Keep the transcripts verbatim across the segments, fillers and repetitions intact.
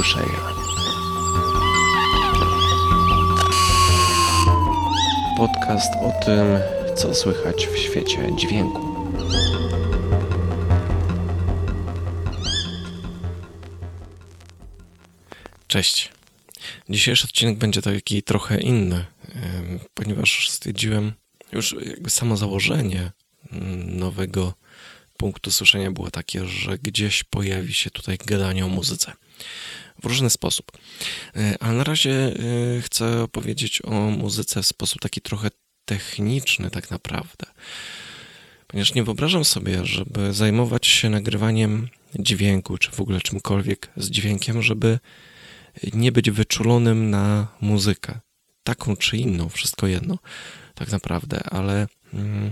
słyszenia. Podcast o tym, co słychać w świecie dźwięku. Cześć. Dzisiejszy odcinek będzie taki trochę inny, ponieważ stwierdziłem, już jakby samo założenie nowego punktu słyszenia było takie, że gdzieś pojawi się tutaj gadanie o muzyce w różny sposób. Ale na razie chcę opowiedzieć o muzyce w sposób taki trochę techniczny tak naprawdę. Ponieważ nie wyobrażam sobie, żeby zajmować się nagrywaniem dźwięku, czy w ogóle czymkolwiek z dźwiękiem, żeby nie być wyczulonym na muzykę. Taką czy inną, wszystko jedno tak naprawdę, ale mm,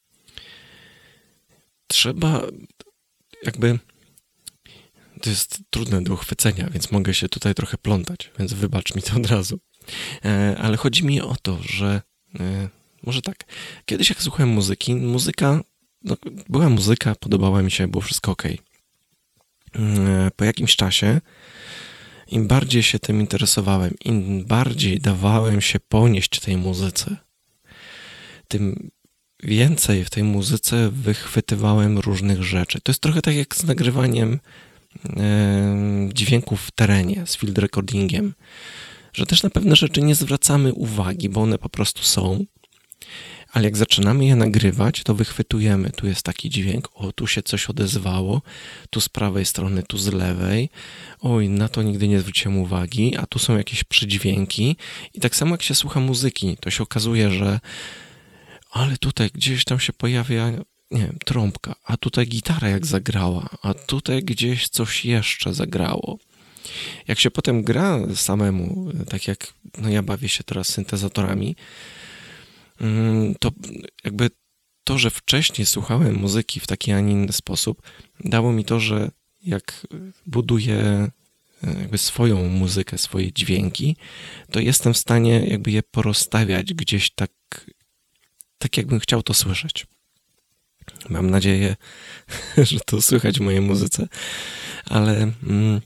trzeba jakby... To jest trudne do uchwycenia, więc mogę się tutaj trochę plątać, więc wybacz mi to od razu. E, ale chodzi mi o to, że e, może tak, kiedyś jak słuchałem muzyki, muzyka, no, była muzyka, podobała mi się, było wszystko okej. E, po jakimś czasie, im bardziej się tym interesowałem, im bardziej dawałem się ponieść tej muzyce, tym więcej w tej muzyce wychwytywałem różnych rzeczy. To jest trochę tak jak z nagrywaniem dźwięków w terenie, z field recordingiem, że też na pewne rzeczy nie zwracamy uwagi, bo one po prostu są, ale jak zaczynamy je nagrywać, to wychwytujemy, tu jest taki dźwięk, o, tu się coś odezwało, tu z prawej strony, tu z lewej, oj, na to nigdy nie zwróciłem uwagi, a tu są jakieś przydźwięki i tak samo jak się słucha muzyki, to się okazuje, że ale tutaj gdzieś tam się pojawia, nie wiem, trąbka, a tutaj gitara jak zagrała, a tutaj gdzieś coś jeszcze zagrało. Jak się potem gra samemu, tak jak no ja bawię się teraz syntezatorami, to jakby to, że wcześniej słuchałem muzyki w taki, a nie inny sposób, dało mi to, że jak buduję jakby swoją muzykę, swoje dźwięki, to jestem w stanie jakby je porozstawiać gdzieś tak, tak jakbym chciał to słyszeć. Mam nadzieję, że to słychać w mojej muzyce, ale mm,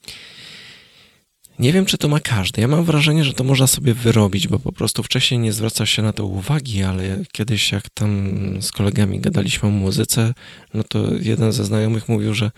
nie wiem, czy to ma każdy. Ja mam wrażenie, że to można sobie wyrobić, bo po prostu wcześniej nie zwraca się na to uwagi, ale kiedyś jak tam z kolegami gadaliśmy o muzyce, no to jeden ze znajomych mówił, że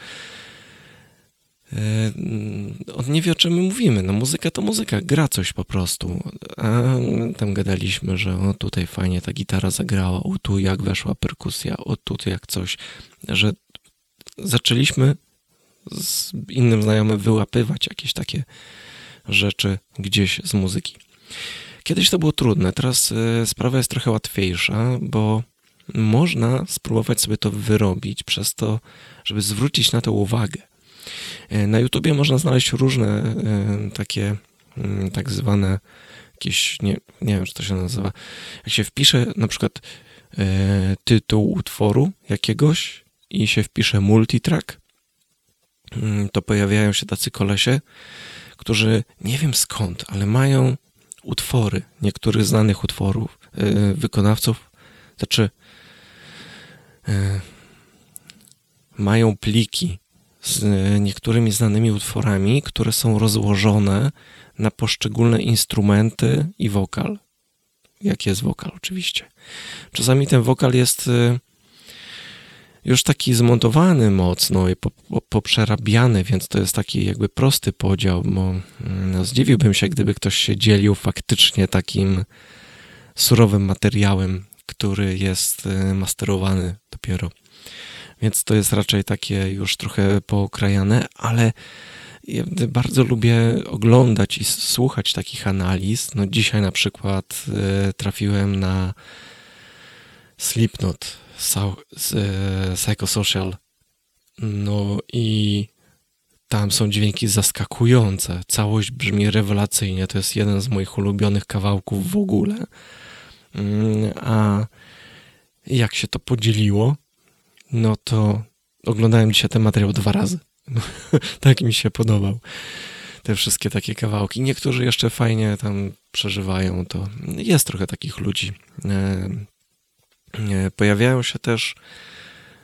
on nie wie, o czym my mówimy. No muzyka to muzyka, gra coś po prostu. A tam gadaliśmy, że o tutaj fajnie ta gitara zagrała, o tu jak weszła perkusja, o tu jak coś, że zaczęliśmy z innym znajomym wyłapywać jakieś takie rzeczy gdzieś z muzyki. Kiedyś to było trudne, teraz sprawa jest trochę łatwiejsza, bo można spróbować sobie to wyrobić przez to, żeby zwrócić na to uwagę. Na YouTubie można znaleźć różne e, takie m, tak zwane jakieś, nie, nie wiem, czy to się nazywa, jak się wpisze na przykład e, tytuł utworu jakiegoś i się wpisze multitrack, m, to pojawiają się tacy kolesie, którzy nie wiem skąd, ale mają utwory, niektórych znanych utworów, e, wykonawców, znaczy e, mają pliki z niektórymi znanymi utworami, które są rozłożone na poszczególne instrumenty i wokal. Jak jest wokal oczywiście. Czasami ten wokal jest już taki zmontowany mocno i poprzerabiany, więc to jest taki jakby prosty podział, bo no, zdziwiłbym się, gdyby ktoś się dzielił faktycznie takim surowym materiałem, który jest masterowany dopiero. Więc to jest raczej takie już trochę pookrajane, ale ja bardzo lubię oglądać i słuchać takich analiz. No dzisiaj na przykład y, trafiłem na Slipknot, Psychosocial. No i tam są dźwięki zaskakujące. Całość brzmi rewelacyjnie. To jest jeden z moich ulubionych kawałków w ogóle. Y, a jak się to podzieliło, no to oglądałem dzisiaj ten materiał dwa razy. Tak mi się podobał. Te wszystkie takie kawałki. Niektórzy jeszcze fajnie tam przeżywają to. Jest trochę takich ludzi. Pojawiają się też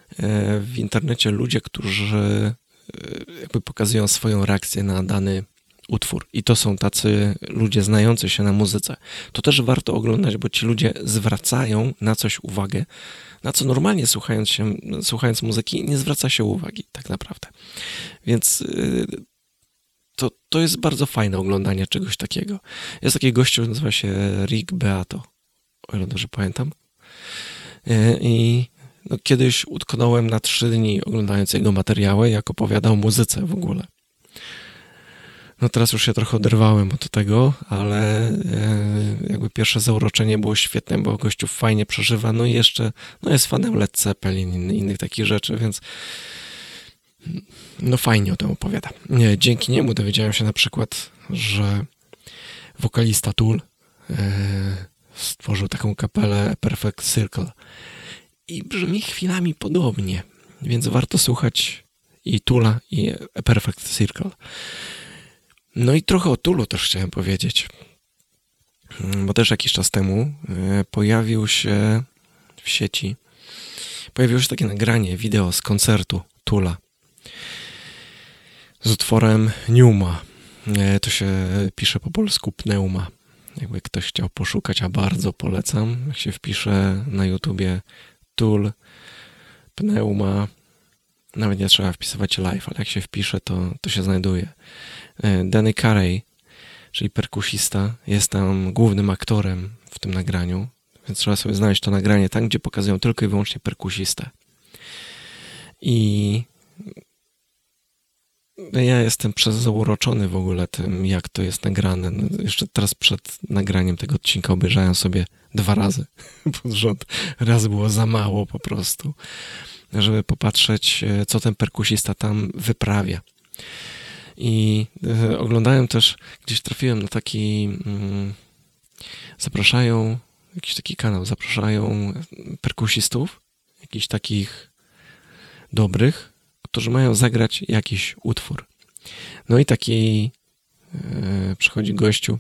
w internecie ludzie, którzy jakby pokazują swoją reakcję na dany utwór. I to są tacy ludzie znający się na muzyce. To też warto oglądać, bo ci ludzie zwracają na coś uwagę, na co normalnie słuchając się, słuchając muzyki nie zwraca się uwagi tak naprawdę. Więc yy, to, to jest bardzo fajne oglądanie czegoś takiego. Jest taki gościu, nazywa się Rick Beato, o ile dobrze pamiętam. Yy, I no, kiedyś utknąłem na trzy dni oglądając jego materiały, jak opowiadał o muzyce w ogóle. No teraz już się trochę oderwałem od tego, ale e, jakby pierwsze zauroczenie było świetne, bo gościu fajnie przeżywa, no i jeszcze no jest fanem Led Zeppelin i innych takich rzeczy, więc no fajnie o tym opowiada. Nie, dzięki niemu dowiedziałem się na przykład, że wokalista Tool e, stworzył taką kapelę Perfect Circle i brzmi chwilami podobnie, więc warto słuchać i Toola, i Perfect Circle. No i trochę o Toolu też chciałem powiedzieć, bo też jakiś czas temu pojawił się w sieci, pojawiło się takie nagranie, wideo z koncertu Toola z utworem Pneuma. To się pisze po polsku Pneuma. Jakby ktoś chciał poszukać, a bardzo polecam. Jak się wpisze na YouTubie Tool, Pneuma, nawet nie trzeba wpisywać live, ale jak się wpisze, to, to się znajduje. Danny Carey, czyli perkusista, jest tam głównym aktorem w tym nagraniu, więc trzeba sobie znaleźć to nagranie tam, gdzie pokazują tylko i wyłącznie perkusistę. I ja jestem przezauroczony w ogóle tym, jak to jest nagrane. No, jeszcze teraz przed nagraniem tego odcinka obejrzałem sobie dwa razy pod rząd. Raz było za mało po prostu, żeby popatrzeć, co ten perkusista tam wyprawia. I y, oglądałem też, gdzieś trafiłem na taki, mm, zapraszają, jakiś taki kanał, zapraszają perkusistów, jakichś takich dobrych, którzy mają zagrać jakiś utwór. No i taki y, przychodzi gościu,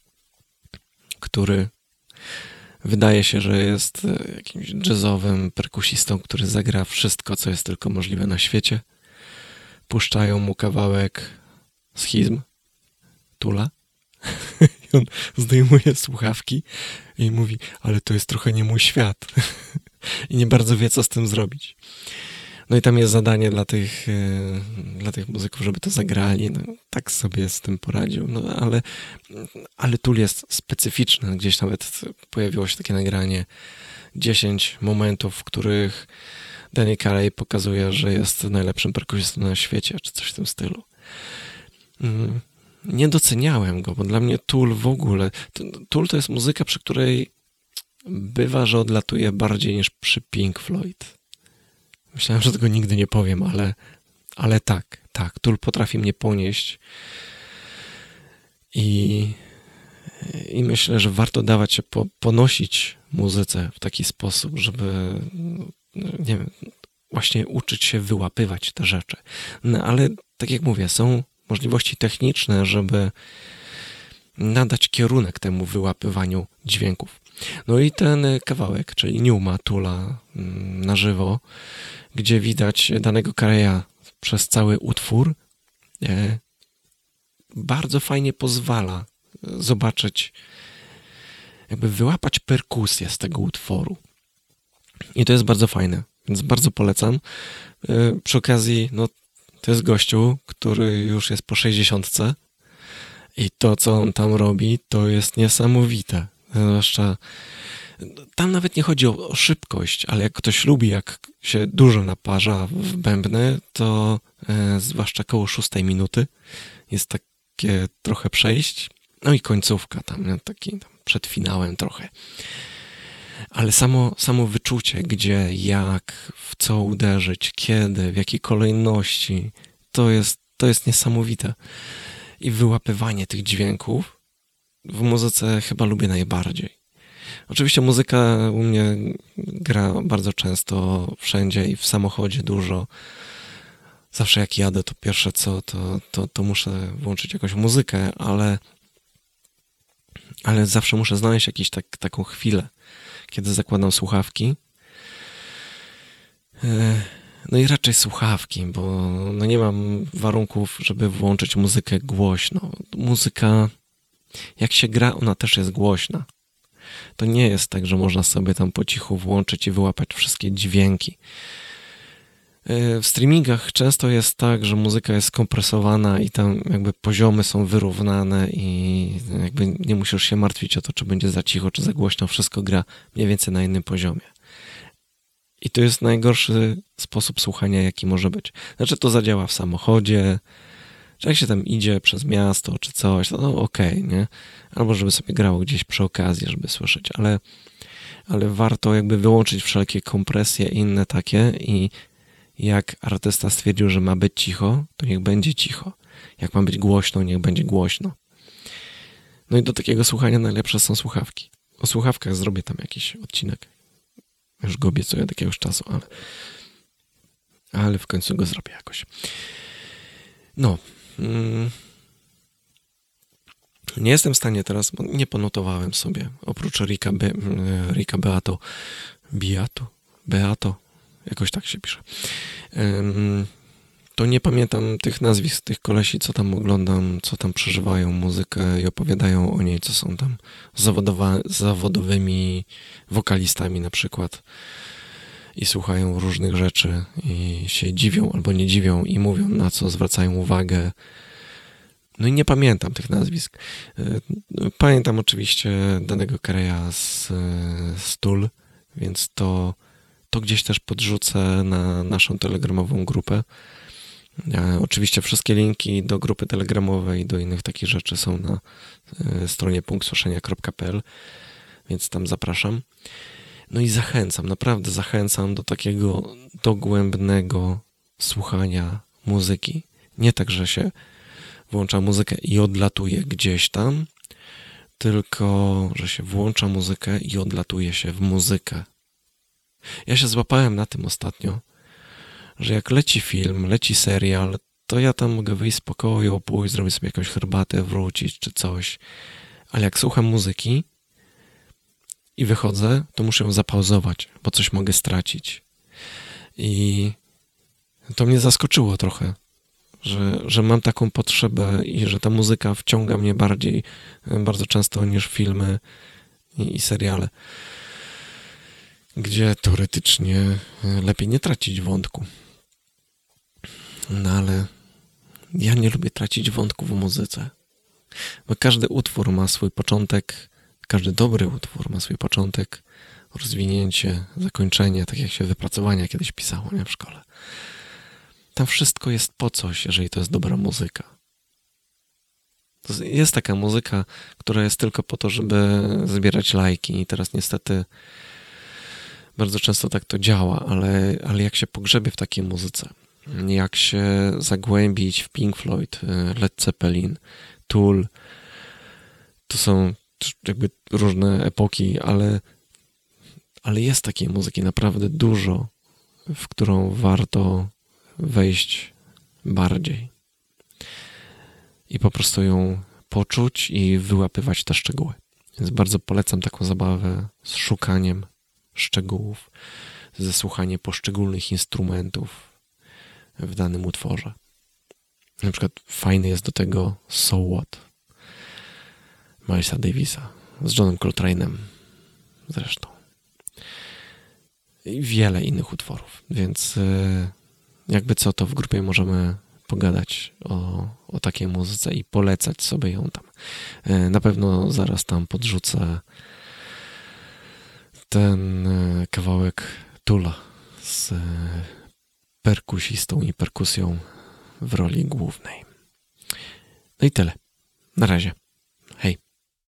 który wydaje się, że jest jakimś jazzowym perkusistą, który zagra wszystko, co jest tylko możliwe na świecie. Puszczają mu kawałek Schizm, Toola. I on zdejmuje słuchawki i mówi, ale to jest trochę nie mój świat. I nie bardzo wie, co z tym zrobić. No i tam jest zadanie dla tych, dla tych muzyków, żeby to zagrali. No, tak sobie z tym poradził. No, ale, ale Tool jest specyficzny. Gdzieś nawet pojawiło się takie nagranie dziesięć momentów, w których Danny Carey pokazuje, że jest najlepszym perkusistą na świecie, czy coś w tym stylu. Nie doceniałem go, bo dla mnie Tool w ogóle... Tool to jest muzyka, przy której bywa, że odlatuje bardziej niż przy Pink Floyd. Myślałem, że tego nigdy nie powiem, ale, ale tak, tak. Tool potrafi mnie ponieść i, i myślę, że warto dawać się po, ponosić muzyce w taki sposób, żeby... nie wiem, właśnie uczyć się wyłapywać te rzeczy. No ale tak jak mówię, są możliwości techniczne, żeby nadać kierunek temu wyłapywaniu dźwięków. No i ten kawałek, czyli Pneuma Toola na żywo, gdzie widać danego Careya przez cały utwór, bardzo fajnie pozwala zobaczyć, jakby wyłapać perkusję z tego utworu. I to jest bardzo fajne, więc bardzo polecam. Przy okazji, no to jest gościu, który już jest po sześćdziesiątce i to, co on tam robi, to jest niesamowite. Zwłaszcza tam nawet nie chodzi o, o szybkość, ale jak ktoś lubi, jak się dużo naparza w bębny, to e, zwłaszcza koło szóstej minuty jest takie trochę przejść. No i końcówka tam, nie? Taki tam przed finałem trochę. Ale samo, samo wyczucie, gdzie, jak, w co uderzyć, kiedy, w jakiej kolejności, to jest, to jest niesamowite. I wyłapywanie tych dźwięków w muzyce chyba lubię najbardziej. Oczywiście muzyka u mnie gra bardzo często, wszędzie i w samochodzie dużo. Zawsze jak jadę, to pierwsze co, to, to, to muszę włączyć jakąś muzykę, ale, ale zawsze muszę znaleźć jakąś tak, taką chwilę, kiedy zakładam słuchawki. No i raczej słuchawki, bo no nie mam warunków, żeby włączyć muzykę głośno. Muzyka, jak się gra, ona też jest głośna. To nie jest tak, że można sobie tam po cichu włączyć i wyłapać wszystkie dźwięki. W streamingach często jest tak, że muzyka jest skompresowana i tam jakby poziomy są wyrównane i jakby nie musisz się martwić o to, czy będzie za cicho, czy za głośno. Wszystko gra mniej więcej na innym poziomie. I to jest najgorszy sposób słuchania, jaki może być. Znaczy to zadziała w samochodzie, czy jak się tam idzie przez miasto, czy coś, to no okej, okay, nie? Albo żeby sobie grało gdzieś przy okazji, żeby słyszeć, ale, ale warto jakby wyłączyć wszelkie kompresje i inne takie i jak artysta stwierdził, że ma być cicho, to niech będzie cicho. Jak ma być głośno, niech będzie głośno. No i do takiego słuchania najlepsze są słuchawki. O słuchawkach zrobię tam jakiś odcinek. Już go obiecuję od jakiegoś czasu, ale, ale w końcu go zrobię jakoś. No. Mm, nie jestem w stanie teraz, bo nie ponotowałem sobie, oprócz Rika, Be, Rika Beato, Beato, Beato, jakoś tak się pisze. Um, to nie pamiętam tych nazwisk, tych kolesi, co tam oglądam, co tam przeżywają muzykę i opowiadają o niej, co są tam zawodowa- zawodowymi wokalistami na przykład i słuchają różnych rzeczy i się dziwią albo nie dziwią i mówią, na co zwracają uwagę. No i nie pamiętam tych nazwisk. Pamiętam oczywiście danego Kereya z, z Tool, więc to, to gdzieś też podrzucę na naszą telegramową grupę. Oczywiście wszystkie linki do grupy telegramowej i do innych takich rzeczy są na stronie punkt słyszenia kropka p l, więc tam zapraszam. No i zachęcam, naprawdę zachęcam do takiego dogłębnego słuchania muzyki. Nie tak, że się włącza muzykę i odlatuje gdzieś tam, tylko, że się włącza muzykę i odlatuje się w muzykę. Ja się złapałem na tym ostatnio, że jak leci film, leci serial, to ja tam mogę wyjść z pokoju, pójść, zrobić sobie jakąś herbatę, wrócić czy coś. Ale jak słucham muzyki i wychodzę, to muszę ją zapauzować, bo coś mogę stracić. I to mnie zaskoczyło trochę, że, że mam taką potrzebę i że ta muzyka wciąga mnie bardziej, bardzo często niż filmy i, i seriale, gdzie teoretycznie lepiej nie tracić wątku. No ale ja nie lubię tracić wątku w muzyce, bo każdy utwór ma swój początek, każdy dobry utwór ma swój początek, rozwinięcie, zakończenie, tak jak się wypracowania kiedyś pisało, nie, w szkole. Tam wszystko jest po coś, jeżeli to jest dobra muzyka. To jest taka muzyka, która jest tylko po to, żeby zbierać lajki i teraz niestety bardzo często tak to działa, ale, ale jak się pogrzebie w takiej muzyce, jak się zagłębić w Pink Floyd, Led Zeppelin, Tool, to są jakby różne epoki, ale, ale jest takiej muzyki naprawdę dużo, w którą warto wejść bardziej i po prostu ją poczuć i wyłapywać te szczegóły. Więc bardzo polecam taką zabawę z szukaniem szczegółów, ze słuchaniem poszczególnych instrumentów w danym utworze. Na przykład fajny jest do tego So What Milesa Davisa z Johnem Coltrane'em zresztą. I wiele innych utworów, więc jakby co, to w grupie możemy pogadać o, o takiej muzyce i polecać sobie ją tam. Na pewno zaraz tam podrzucę ten kawałek Tula z perkusistą i perkusją w roli głównej. No i tyle. Na razie. Hej.